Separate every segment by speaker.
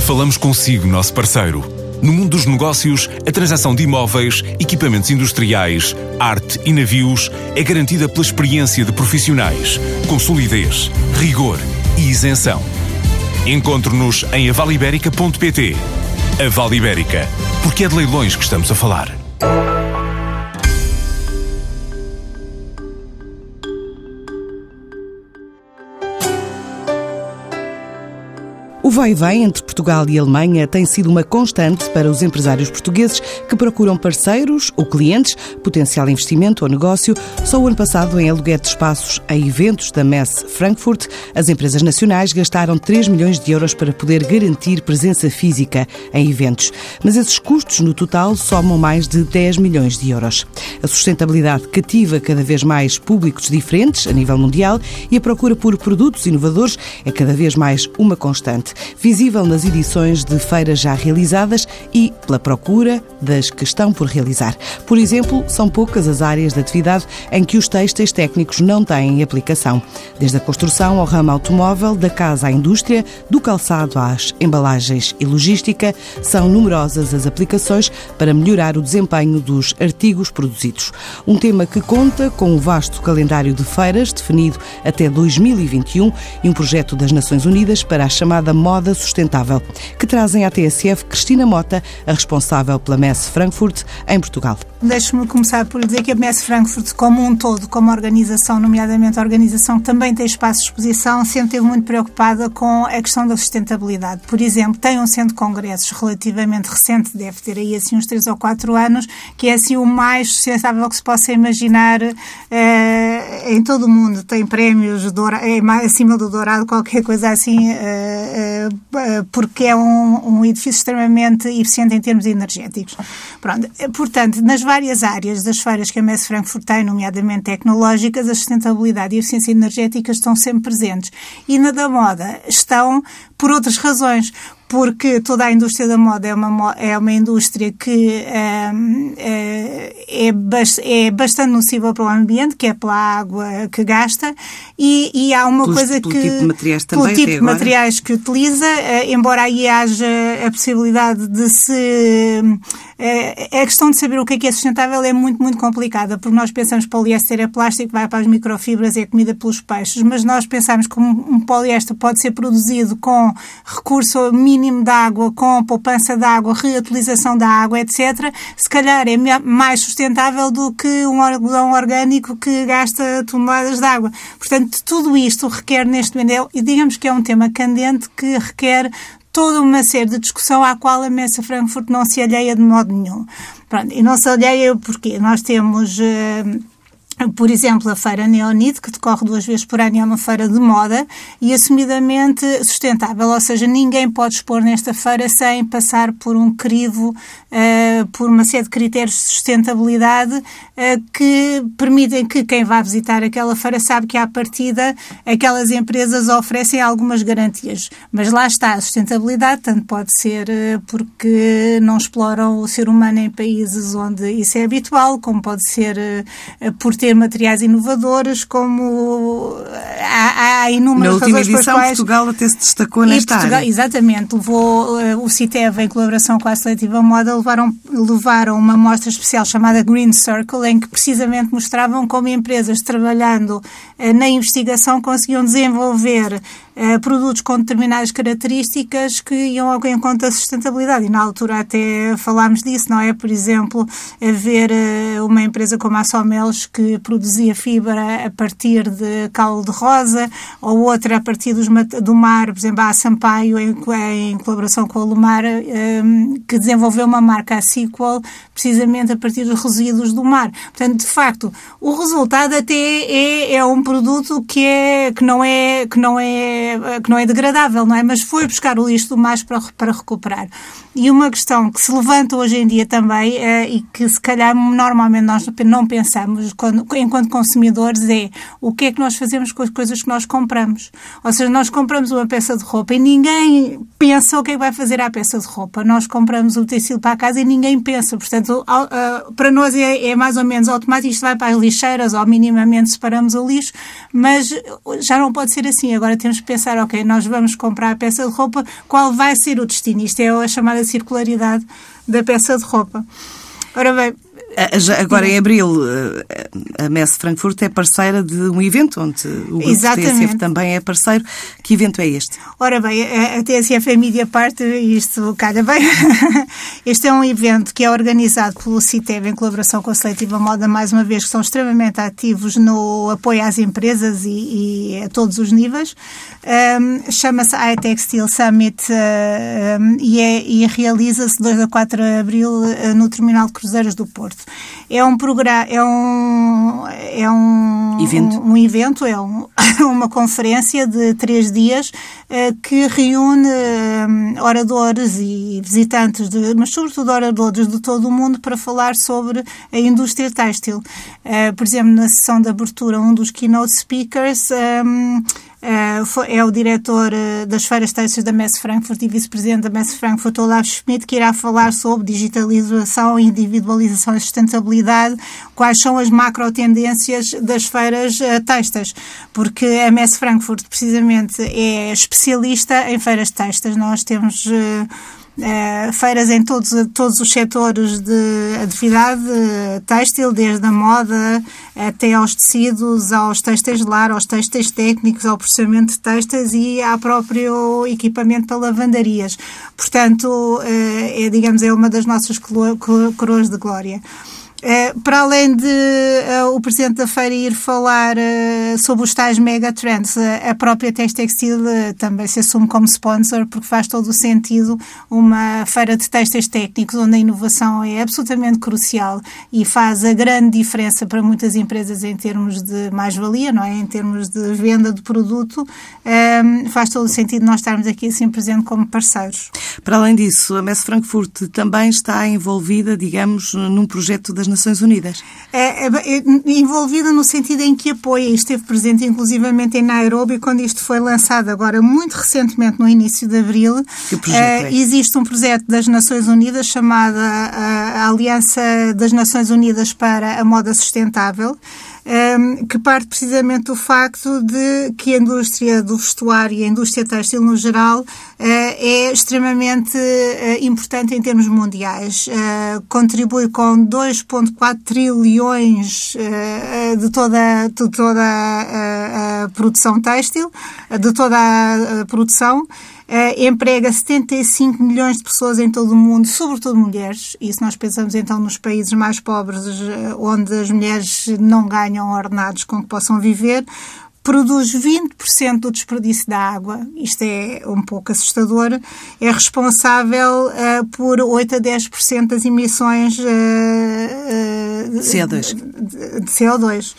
Speaker 1: Falamos consigo, nosso parceiro. No mundo dos negócios, a transação de imóveis, equipamentos industriais, arte e navios é garantida pela experiência de profissionais, com solidez, rigor e isenção. Encontre-nos em avaliberica.pt. A Vale Ibérica, porque é de leilões que estamos a falar.
Speaker 2: O vai-vem entre Portugal e Alemanha tem sido uma constante para os empresários portugueses que procuram parceiros ou clientes, potencial investimento ou negócio. Só o ano passado, em aluguer de espaços a eventos da Messe Frankfurt, as empresas nacionais gastaram 3 milhões de euros para poder garantir presença física em eventos. Mas esses custos, no total, somam mais de 10 milhões de euros. A sustentabilidade cativa cada vez mais públicos diferentes a nível mundial e a procura por produtos inovadores é cada vez mais uma constante, visível nas edições de feiras já realizadas e pela procura das que estão por realizar. Por exemplo, são poucas as áreas de atividade em que os têxteis técnicos não têm aplicação. Desde a construção ao ramo automóvel, da casa à indústria, do calçado às embalagens e logística, são numerosas as aplicações para melhorar o desempenho dos artigos produzidos. Um tema que conta com um vasto calendário de feiras definido até 2021 e um projeto das Nações Unidas para a chamada moda sustentável, que trazem à TSF Cristina Mota, a responsável pela Messe Frankfurt em Portugal.
Speaker 3: Deixe-me começar por dizer que a Messe Frankfurt, como um todo, como organização, nomeadamente a organização que também tem espaço de exposição, sempre esteve muito preocupada com a questão da sustentabilidade. Por exemplo, tem um centro de congressos relativamente recente, deve ter aí assim uns 3 ou 4 anos, que é assim o mais sustentável que se possa imaginar em todo o mundo. Tem prémios acima do dourado, qualquer coisa assim, porque é um edifício extremamente eficiente em termos energéticos. Pronto. Portanto, nas várias áreas das feiras que a Messe Frankfurt tem, nomeadamente tecnológicas, a sustentabilidade e a eficiência energética estão sempre presentes. E na da moda estão por outras razões, porque toda a indústria da moda é uma indústria que é bastante nociva para o ambiente, que é pela água que gasta, e há uma coisa que... Pelo tipo de materiais também, pelo tipo de materiais que utiliza, embora aí haja a possibilidade de se... A questão de saber o que é sustentável é muito, muito complicada, porque nós pensamos que poliéster é plástico, vai para as microfibras, é comida pelos peixes, mas nós pensamos que um poliéster pode ser produzido com recurso mínimo de água, com poupança de água, reutilização da água, etc. Se calhar é mais sustentável do que um algodão orgânico que gasta toneladas de água. Portanto, tudo isto requer neste momento, e digamos que é um tema candente que requer toda uma série de discussão à qual a Messe Frankfurt não se alheia de modo nenhum. Pronto, e não se alheia porque nós temos... Por exemplo, a Feira Neonit, que decorre 2 vezes por ano, é uma feira de moda e assumidamente sustentável, ou seja, ninguém pode expor nesta feira sem passar por um crivo, por uma série de critérios de sustentabilidade que permitem que quem vá visitar aquela feira sabe que à partida aquelas empresas oferecem algumas garantias. Mas lá está, a sustentabilidade tanto pode ser porque não exploram o ser humano em países onde isso é habitual, como pode ser por ter materiais inovadores, como há inúmeras razões.
Speaker 2: Na última edição, Portugal até se destacou nesta área.
Speaker 3: Exatamente. Levou o CITEV, em colaboração com a Seletiva Moda, levaram uma mostra especial chamada Green Circle, em que precisamente mostravam como empresas trabalhando na investigação conseguiam desenvolver produtos com determinadas características que iam ao encontro da sustentabilidade. E na altura até falámos disso, não é? Por exemplo, haver uma empresa como a Somelos que produzia fibra a partir de caule de rosa, ou outra a partir do mar, por exemplo, a Sampaio, em colaboração com a Lumar, que desenvolveu uma marca, a Sequel, precisamente a partir dos resíduos do mar. Portanto, de facto, o resultado até é um produto que não é degradável, não é? Mas foi buscar o lixo do mar para recuperar. E uma questão que se levanta hoje em dia também, e que se calhar normalmente nós não pensamos enquanto consumidores, é o que é que nós fazemos com as coisas que nós compramos. Ou seja, nós compramos uma peça de roupa e ninguém pensa o que é que vai fazer à peça de roupa. Nós compramos o tecido para a casa e ninguém pensa. Portanto, para nós é mais ou menos automático, isto vai para as lixeiras ou minimamente separamos o lixo, mas já não pode ser assim. Agora temos que pensar pensar, ok, nós vamos comprar a peça de roupa, qual vai ser o destino? Isto é a chamada circularidade da peça de roupa. Ora bem,
Speaker 2: agora em abril a Messe Frankfurt é parceira de um evento onde o grupo TSF também é parceiro. Que evento é este?
Speaker 3: Ora bem, a TSF é Media Part, isto calha bem. Este é um evento que é organizado pelo CITEB em colaboração com a Seletiva Moda, mais uma vez, que são extremamente ativos no apoio às empresas e a todos os níveis. Chama-se iTextile Summit e realiza-se 2 a 4 de abril no Terminal de Cruzeiros do Porto. É um programa, evento, uma conferência de 3 dias que reúne oradores e visitantes, mas sobretudo oradores de todo o mundo para falar sobre a indústria têxtil. Por exemplo, na sessão de abertura, um dos keynote speakers é o diretor das feiras têxteis da Messe Frankfurt e vice-presidente da Messe Frankfurt, Olaf Schmidt, que irá falar sobre digitalização, individualização e sustentabilidade, quais são as macro-tendências das feiras têxteis, porque a Messe Frankfurt, precisamente, é especialista em feiras têxteis. Nós temos feiras em todos os setores de atividade têxtil, desde a moda até aos tecidos, aos têxteis de lar, aos têxteis técnicos, ao processamento de têxteis e ao próprio equipamento para lavandarias. Portanto, é uma das nossas coroas de glória. Para além de o Presidente da Feira ir falar sobre os tais megatrends, a própria Textile também se assume como sponsor, porque faz todo o sentido uma feira de têxteis técnicos, onde a inovação é absolutamente crucial e faz a grande diferença para muitas empresas em termos de mais-valia, não é? Em termos de venda de produto, faz todo o sentido nós estarmos aqui assim presentes como parceiros.
Speaker 2: Para além disso, a Messe Frankfurt também está envolvida, digamos, num projeto das Nações Unidas.
Speaker 3: Envolvida no sentido em que apoia e esteve presente inclusivamente em Nairobi quando isto foi lançado agora muito recentemente, no início de abril.
Speaker 2: Que projeto é?
Speaker 3: Existe um projeto das Nações Unidas chamado a Aliança das Nações Unidas para a Moda Sustentável, que parte precisamente do facto de que a indústria do vestuário e a indústria têxtil no geral é extremamente importante em termos mundiais. Contribui com 2,4 trilhões de toda a produção têxtil, de toda a produção. Emprega 75 milhões de pessoas em todo o mundo, sobretudo mulheres, e se nós pensamos então nos países mais pobres, onde as mulheres não ganham ordenados com que possam viver, produz 20% do desperdício da água, isto é um pouco assustador, é responsável por 8 a 10% das emissões de CO2.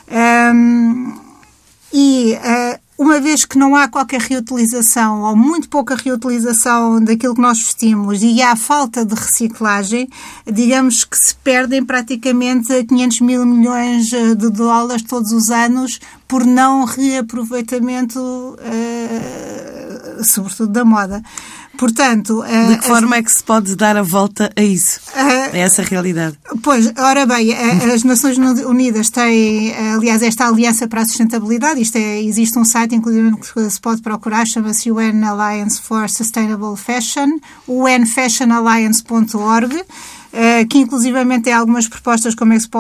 Speaker 3: Uma vez que não há qualquer reutilização ou muito pouca reutilização daquilo que nós vestimos e há falta de reciclagem, digamos que se perdem praticamente 500 mil milhões de dólares todos os anos por não reaproveitamento, sobretudo da moda. Portanto,
Speaker 2: de que forma é que se pode dar a volta a isso, a essa realidade?
Speaker 3: Pois, ora bem, as Nações Unidas têm, aliás, esta Aliança para a Sustentabilidade, existe um site, inclusive, que se pode procurar, chama-se UN Alliance for Sustainable Fashion, unfashionalliance.org, que inclusivamente tem algumas propostas como é que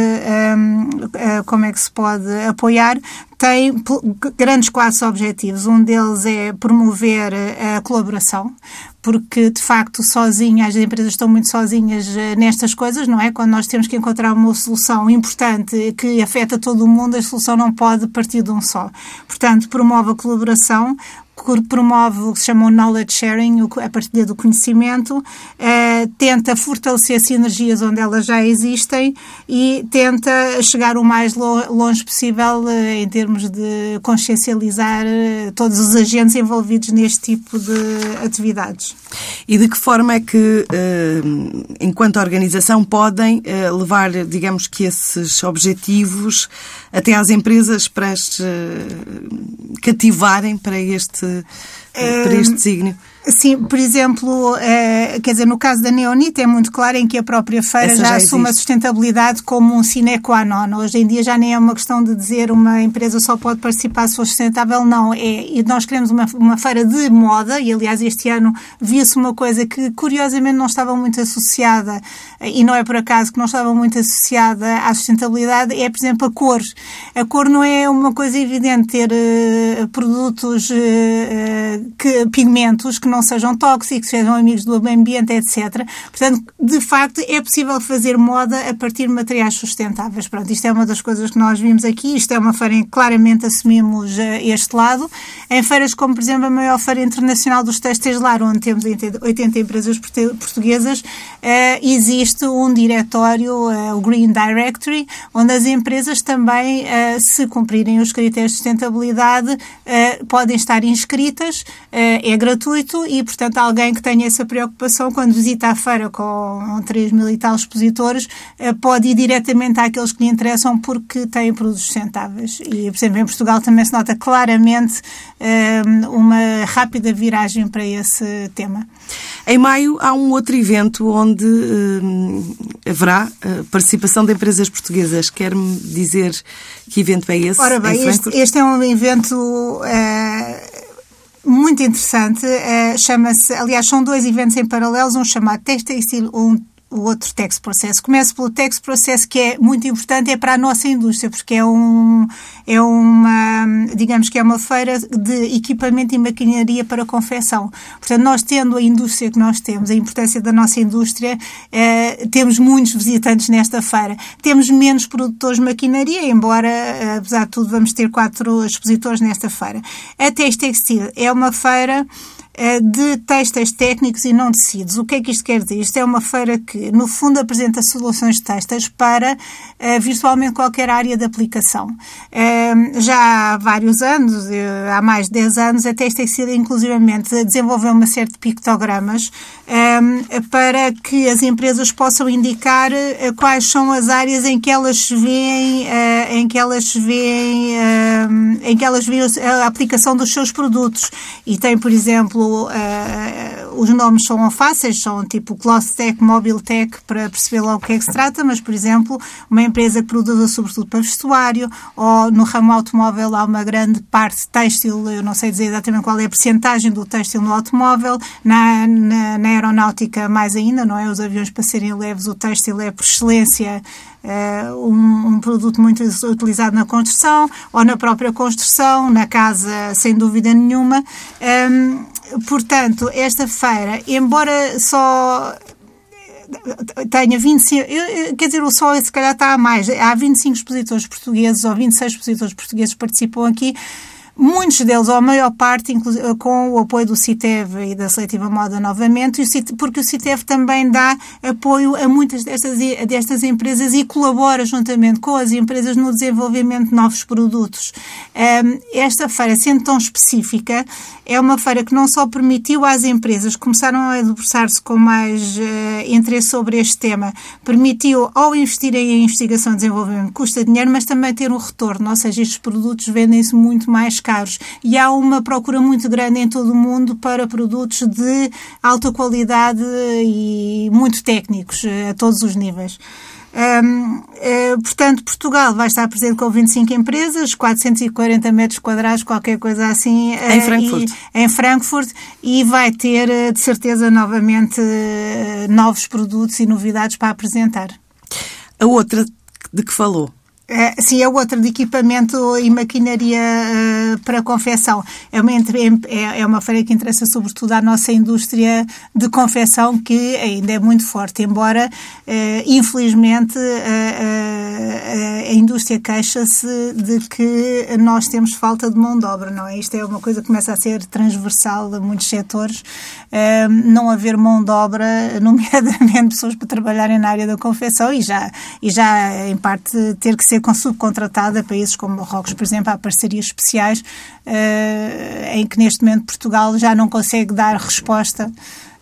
Speaker 3: se pode apoiar. Tem grandes 4 objetivos. Um deles é promover a colaboração, porque, de facto, as empresas estão muito sozinhas nestas coisas, não é? Quando nós temos que encontrar uma solução importante que afeta todo o mundo, a solução não pode partir de um só. Portanto, promove a colaboração, promove o que se chama o knowledge sharing, a partilha do conhecimento, tenta fortalecer sinergias onde elas já existem e tenta chegar o mais longe possível em termos de consciencializar todos os agentes envolvidos neste tipo de atividades.
Speaker 2: E de que forma é que, enquanto organização, podem levar, digamos que esses objetivos até às empresas para as cativarem para este para este desígnio?
Speaker 3: Sim, por exemplo, quer dizer, no caso da Neonit é muito claro em que a própria feira já assume a sustentabilidade como um sine qua non. Hoje em dia já nem é uma questão de dizer uma empresa só pode participar se for sustentável, não. E nós queremos uma feira de moda, e aliás este ano viu-se uma coisa que curiosamente não estava muito associada, e não é por acaso que não estava muito associada à sustentabilidade, é, por exemplo, a cor. A cor não é uma coisa evidente ter produtos, pigmentos que não sejam tóxicos, sejam amigos do meio ambiente, etc. Portanto, de facto, é possível fazer moda a partir de materiais sustentáveis. Pronto, isto é uma das coisas que nós vimos aqui. Isto é uma feira em que claramente assumimos este lado. Em feiras como, por exemplo, a maior feira internacional dos têxteis Lar, onde temos 80 empresas portuguesas, existe um diretório, o Green Directory, onde as empresas também, se cumprirem os critérios de sustentabilidade, podem estar inscritas, é gratuito, e, portanto, alguém que tenha essa preocupação, quando visita a feira com 3.000 e tal expositores, pode ir diretamente àqueles que lhe interessam porque têm produtos sustentáveis. E, por exemplo, em Portugal também se nota claramente uma rápida viragem para esse tema.
Speaker 2: Em maio há um outro evento onde haverá participação de empresas portuguesas. Quer-me dizer que evento é esse?
Speaker 3: Ora bem, este é um evento muito interessante, chama-se, aliás, são dois eventos em paralelos, um chamado Textile, o outro Tex Process. Começo pelo Tex Process, que é muito importante, é para a nossa indústria, porque é uma feira de equipamento e maquinaria para confecção. Portanto, nós tendo a indústria que nós temos, a importância da nossa indústria, temos muitos visitantes nesta feira. Temos menos produtores de maquinaria, embora, apesar de tudo, vamos ter 4 expositores nesta feira. A Textile é uma feira de têxteis técnicos e não tecidos. O que é que isto quer dizer? Isto é uma feira que, no fundo, apresenta soluções têxteis para virtualmente qualquer área de aplicação. Já há vários anos, há mais de 10 anos, a Textile, inclusivamente, desenvolveu uma série de pictogramas para que as empresas possam indicar quais são as áreas em que elas veem a aplicação dos seus produtos. E tem, por exemplo, os nomes são fáceis, são tipo Cloth Tech, Mobile Tech, para perceber logo o que é que se trata, mas, por exemplo, uma empresa que produza sobretudo para vestuário, ou no ramo automóvel há uma grande parte têxtil, eu não sei dizer exatamente qual é a percentagem do têxtil no automóvel, na aeronáutica mais ainda, não é? Os aviões, para serem leves, o têxtil é por excelência um produto muito utilizado na construção, ou na própria construção, na casa, sem dúvida nenhuma. Portanto, esta feira, embora só tenha 25, quer dizer, o só se calhar está a mais, há 25 expositores portugueses ou 26 expositores portugueses que participam aqui. Muitos deles, ou a maior parte, com o apoio do CITEV e da Seletiva Moda novamente, porque o CITEV também dá apoio a muitas destas empresas e colabora juntamente com as empresas no desenvolvimento de novos produtos. Esta feira, sendo tão específica, é uma feira que não só permitiu às empresas que começaram a debruçar-se com mais interesse sobre este tema, permitiu, ao investirem em investigação e desenvolvimento, que custa dinheiro, mas também ter um retorno, ou seja, estes produtos vendem-se muito mais caros. E há uma procura muito grande em todo o mundo para produtos de alta qualidade e muito técnicos, a todos os níveis. Portanto, Portugal vai estar presente com 25 empresas, 440 metros quadrados, qualquer coisa assim, em Frankfurt, e vai ter, de certeza, novamente novos produtos e novidades para apresentar.
Speaker 2: A outra de que falou?
Speaker 3: Sim, é outra de equipamento e maquinaria para confecção. É uma feira que interessa sobretudo à nossa indústria de confecção, que ainda é muito forte, embora, infelizmente, a indústria queixa-se de que nós temos falta de mão de obra, não é? Isto é uma coisa que começa a ser transversal a muitos setores, não haver mão de obra, nomeadamente pessoas para trabalharem na área da confecção, e já em parte ter que ser subcontratada. Países como Marrocos, por exemplo, há parcerias especiais em que neste momento Portugal já não consegue dar resposta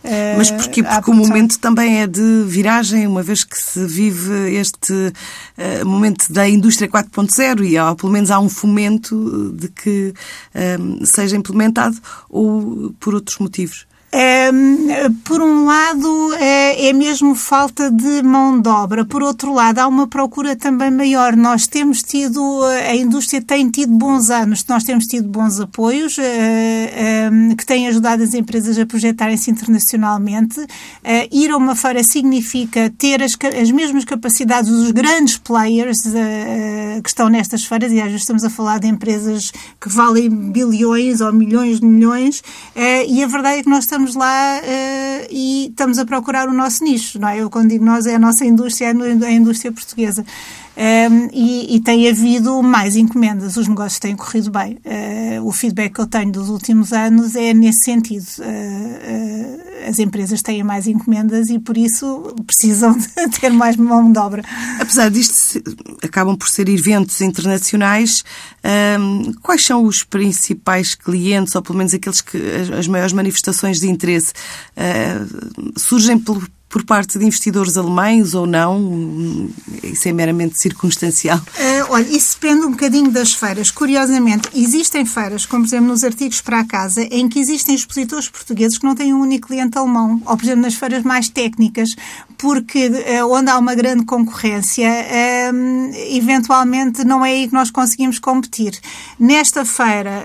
Speaker 2: Mas porquê? Porque o momento também é de viragem, uma vez que se vive este momento da indústria 4.0 e pelo menos há um fomento de que seja implementado, ou por outros motivos?
Speaker 3: Por um lado, é mesmo falta de mão de obra. Por outro lado, há uma procura também maior. Nós temos tido, a indústria tem tido bons anos, nós temos tido bons apoios que têm ajudado as empresas a projetarem-se internacionalmente. Ir a uma feira significa ter as mesmas capacidades dos grandes players que estão nestas feiras, e às vezes estamos a falar de empresas que valem bilhões ou milhões de milhões, e a verdade é que nós estamos lá e estamos a procurar o nosso nicho, não é? Eu, quando digo nós, é a nossa indústria, é a indústria portuguesa. E tem havido mais encomendas, os negócios têm corrido bem. O feedback que eu tenho dos últimos anos é nesse sentido. As empresas têm mais encomendas e, por isso, precisam de ter mais mão de obra.
Speaker 2: Apesar disto, acabam por ser eventos internacionais. Quais são os principais clientes, ou pelo menos aqueles que as maiores manifestações de interesse surgem por parte de investidores alemães ou não? Isso é meramente circunstancial?
Speaker 3: Olha, isso depende um bocadinho das feiras. Curiosamente, existem feiras, como por exemplo nos artigos para a casa, em que existem expositores portugueses que não têm um único cliente alemão, ou por exemplo nas feiras mais técnicas, porque onde há uma grande concorrência, eventualmente não é aí que nós conseguimos competir. Nesta feira,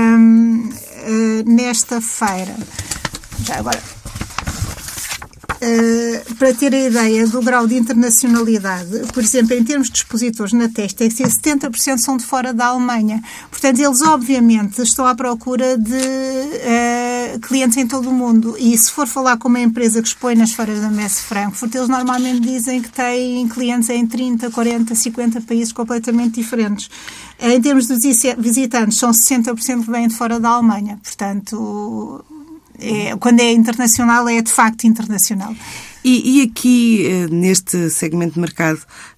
Speaker 3: já agora... para ter a ideia do grau de internacionalidade, por exemplo, em termos de expositores na Textex, 70% são de fora da Alemanha. Portanto, eles obviamente estão à procura de clientes em todo o mundo. E se for falar com uma empresa que expõe nas feiras da Messe Frankfurt, eles normalmente dizem que têm clientes em 30, 40, 50 países completamente diferentes. Em termos de visitantes, são 60% que vêm de fora da Alemanha. Portanto... quando é internacional, é de facto internacional.
Speaker 2: E aqui, neste segmento de mercado,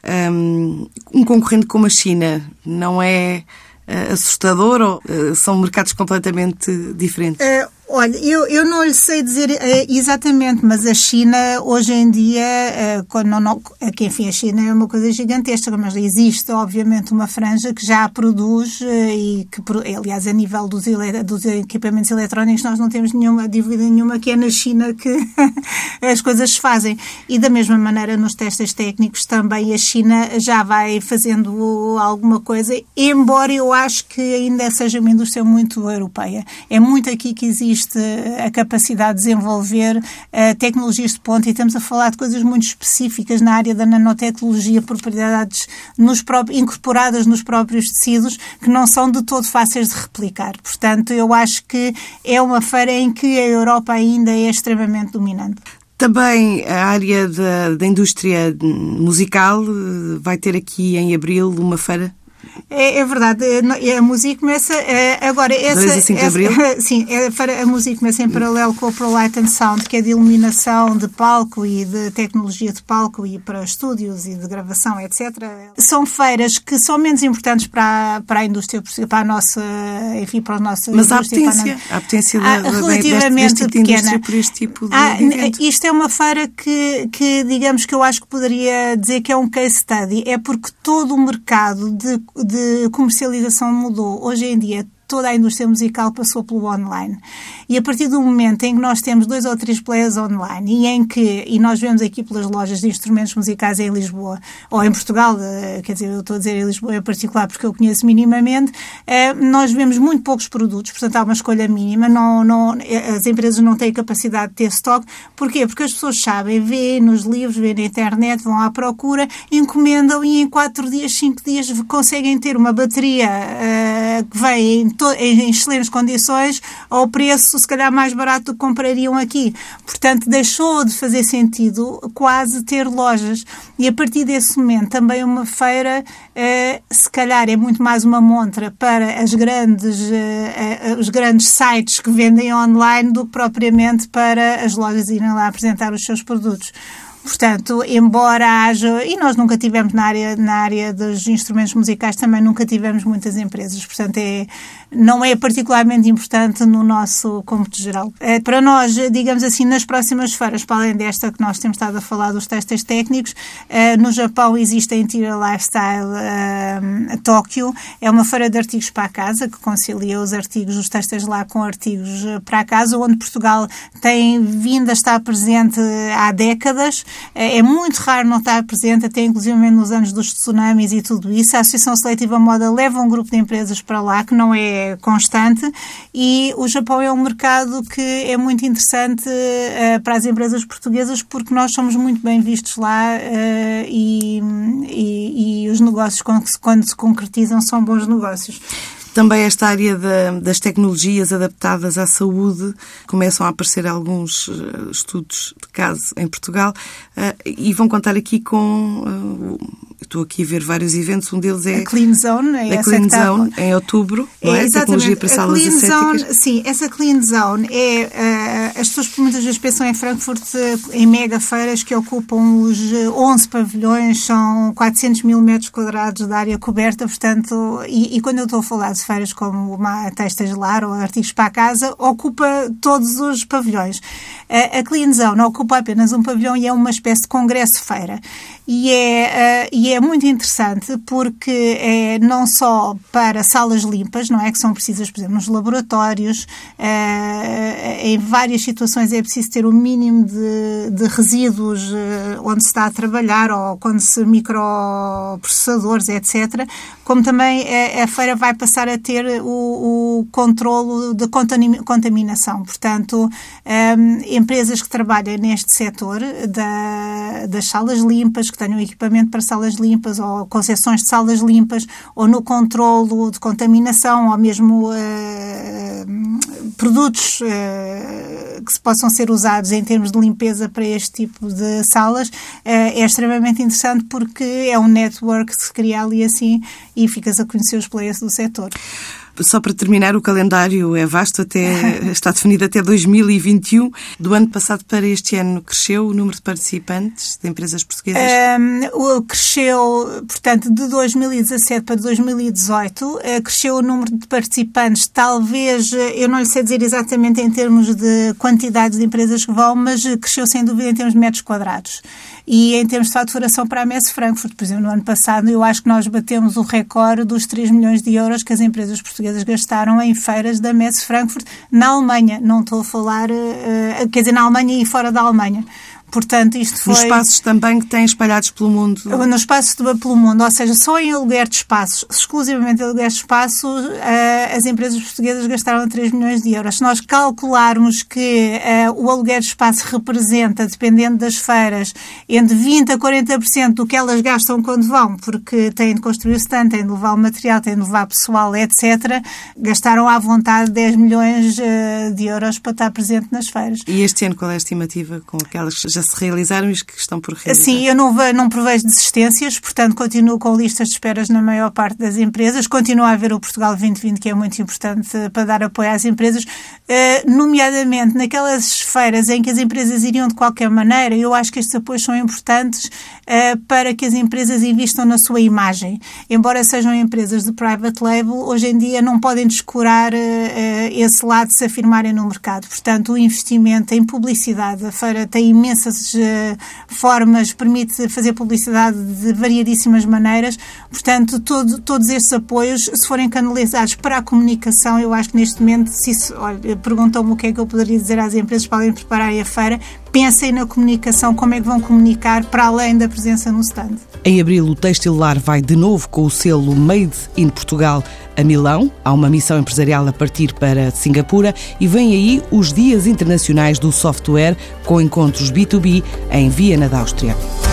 Speaker 2: um concorrente como a China não é assustador, ou são mercados completamente diferentes?
Speaker 3: Olha, eu não lhe sei dizer exatamente, mas a China, hoje em dia, enfim, a China é uma coisa gigantesca, mas existe, obviamente, uma franja que já produz e que, aliás, a nível dos equipamentos eletrónicos, nós não temos nenhuma dúvida nenhuma que é na China que as coisas se fazem. E da mesma maneira, nos testes técnicos, também a China já vai fazendo alguma coisa, embora eu acho que ainda seja uma indústria muito europeia. É muito aqui que existe a capacidade de desenvolver tecnologias de ponta, e estamos a falar de coisas muito específicas na área da nanotecnologia, propriedades incorporadas nos próprios tecidos, que não são de todo fáceis de replicar. Portanto, eu acho que é uma feira em que a Europa ainda é extremamente dominante.
Speaker 2: Também a área da indústria musical vai ter aqui em abril uma feira?
Speaker 3: É verdade, a música começa agora...
Speaker 2: 2 a 5 de abril?
Speaker 3: Sim, a música começa em paralelo com a Pro Light and Sound, que é de iluminação de palco e de tecnologia de palco e para estúdios e de gravação, etc. São feiras que são menos importantes para a indústria, para a nossa... Enfim, para a nossa
Speaker 2: Mas
Speaker 3: indústria.
Speaker 2: Mas há potência
Speaker 3: relativamente
Speaker 2: deste tipo
Speaker 3: pequena.
Speaker 2: De indústria por este tipo de evento?
Speaker 3: Isto é uma feira que, digamos que eu acho que poderia dizer que é um case study. É porque todo o mercado de comercialização mudou. Hoje em dia, toda a indústria musical passou pelo online. E a partir do momento em que nós temos 2 ou 3 players online e nós vemos aqui pelas lojas de instrumentos musicais em Lisboa, ou em Portugal, quer dizer, eu estou a dizer em Lisboa em particular porque eu conheço minimamente, nós vemos muito poucos produtos, portanto há uma escolha mínima, as empresas não têm capacidade de ter estoque. Porquê? Porque as pessoas sabem, veem nos livros, veem na internet, vão à procura, encomendam e em 4 dias, 5 dias conseguem ter uma bateria que vem em excelentes condições ao preço se calhar mais barato do que comprariam aqui. Portanto, deixou de fazer sentido quase ter lojas. E a partir desse momento também uma feira se calhar é muito mais uma montra para os grandes sites que vendem online do que propriamente para as lojas irem lá apresentar os seus produtos. Portanto, embora haja... E nós nunca tivemos na área dos instrumentos musicais, também nunca tivemos muitas empresas. Portanto, não é particularmente importante no nosso cômputo geral. Para nós, digamos assim, nas próximas feiras, para além desta que nós temos estado a falar dos têxteis técnicos, no Japão existe a Interior Lifestyle Tóquio, é uma feira de artigos para a casa que concilia os artigos, os têxteis lá com artigos para a casa, onde Portugal tem vindo a estar presente há décadas. É muito raro não estar presente, até inclusive nos anos dos tsunamis e tudo isso. A Associação Seletiva Moda leva um grupo de empresas para lá, que não é constante, e o Japão é um mercado que é muito interessante para as empresas portuguesas, porque nós somos muito bem vistos lá e os negócios, quando se concretizam, são bons negócios.
Speaker 2: Também esta área das tecnologias adaptadas à saúde, começam a aparecer alguns estudos de caso em Portugal e vão contar aqui com... Estou aqui a ver vários eventos, um deles é...
Speaker 3: A Clean Zone.
Speaker 2: A Clean Zone, em outubro, não é? Tecnologia para salas ascéticas.
Speaker 3: Sim, essa Clean Zone as pessoas muitas vezes pensam em Frankfurt em mega feiras que ocupam os 11 pavilhões, são 400 mil metros quadrados de área coberta, portanto, e quando eu estou a falar de feiras como uma têxteis de lar ou artigos para a casa, ocupa todos os pavilhões. A Clean Zone ocupa apenas um pavilhão e é uma espécie de congresso-feira. E é muito interessante porque é não só para salas limpas, não é, que são precisas, por exemplo, nos laboratórios, em várias situações é preciso ter o mínimo de resíduos onde se está a trabalhar ou quando se microprocessadores, etc., como também a feira vai passar a ter o controlo de contaminação. Portanto, empresas que trabalham neste setor das salas limpas, que tenham equipamento para salas limpas ou concessões de salas limpas ou no controlo de contaminação ou mesmo produtos que possam ser usados em termos de limpeza para este tipo de salas, é extremamente interessante porque é um network que se cria ali assim e ficas a conhecer os players do setor.
Speaker 2: Só para terminar, o calendário é vasto, está definido até 2021. Do ano passado para este ano, cresceu o número de participantes de empresas portuguesas?
Speaker 3: Cresceu, portanto, de 2017 para 2018, cresceu o número de participantes, talvez, eu não lhe sei dizer exatamente em termos de quantidade de empresas que vão, mas cresceu sem dúvida em termos de metros quadrados. E em termos de faturação para a Messe Frankfurt, por exemplo, no ano passado, eu acho que nós batemos o recorde dos 3 milhões de euros que as empresas portuguesas gastaram em feiras da Messe Frankfurt na Alemanha. Não estou a falar, quer dizer, na Alemanha e fora da Alemanha. Portanto, isto foi...
Speaker 2: Nos espaços também que têm espalhados pelo mundo?
Speaker 3: Nos espaços pelo mundo, ou seja, só em aluguer de espaços, exclusivamente em aluguer de espaços, as empresas portuguesas gastaram 3 milhões de euros. Se nós calcularmos que o aluguer de espaço representa, dependendo das feiras, entre 20% a 40% do que elas gastam quando vão, porque têm de construir o stand, têm de levar o material, têm de levar pessoal, etc., gastaram à vontade 10 milhões de euros para estar presente nas feiras.
Speaker 2: E este ano qual é a estimativa com aquelas que já se realizaram e que estão por realizar?
Speaker 3: Sim, eu não prevejo desistências, portanto continuo com listas de esperas na maior parte das empresas, continua a haver o Portugal 2020 que é muito importante para dar apoio às empresas, nomeadamente naquelas feiras em que as empresas iriam de qualquer maneira. Eu acho que estes apoios são importantes para que as empresas investam na sua imagem. Embora sejam empresas de private label, hoje em dia não podem descurar esse lado de se afirmarem no mercado. Portanto, o investimento em publicidade, a feira tem imensas formas, permite fazer publicidade de variadíssimas maneiras. Portanto, todos estes apoios, se forem canalizados para a comunicação, eu acho que neste momento, perguntam-me o que é que eu poderia dizer às empresas para além de prepararem a feira, pensem na comunicação, como é que vão comunicar para além da presença no stand.
Speaker 2: Em abril, o Têxtil Lar vai de novo com o selo Made in Portugal a Milão. Há uma missão empresarial a partir para Singapura e vem aí os Dias Internacionais do Software com encontros B2B em Viena da Áustria.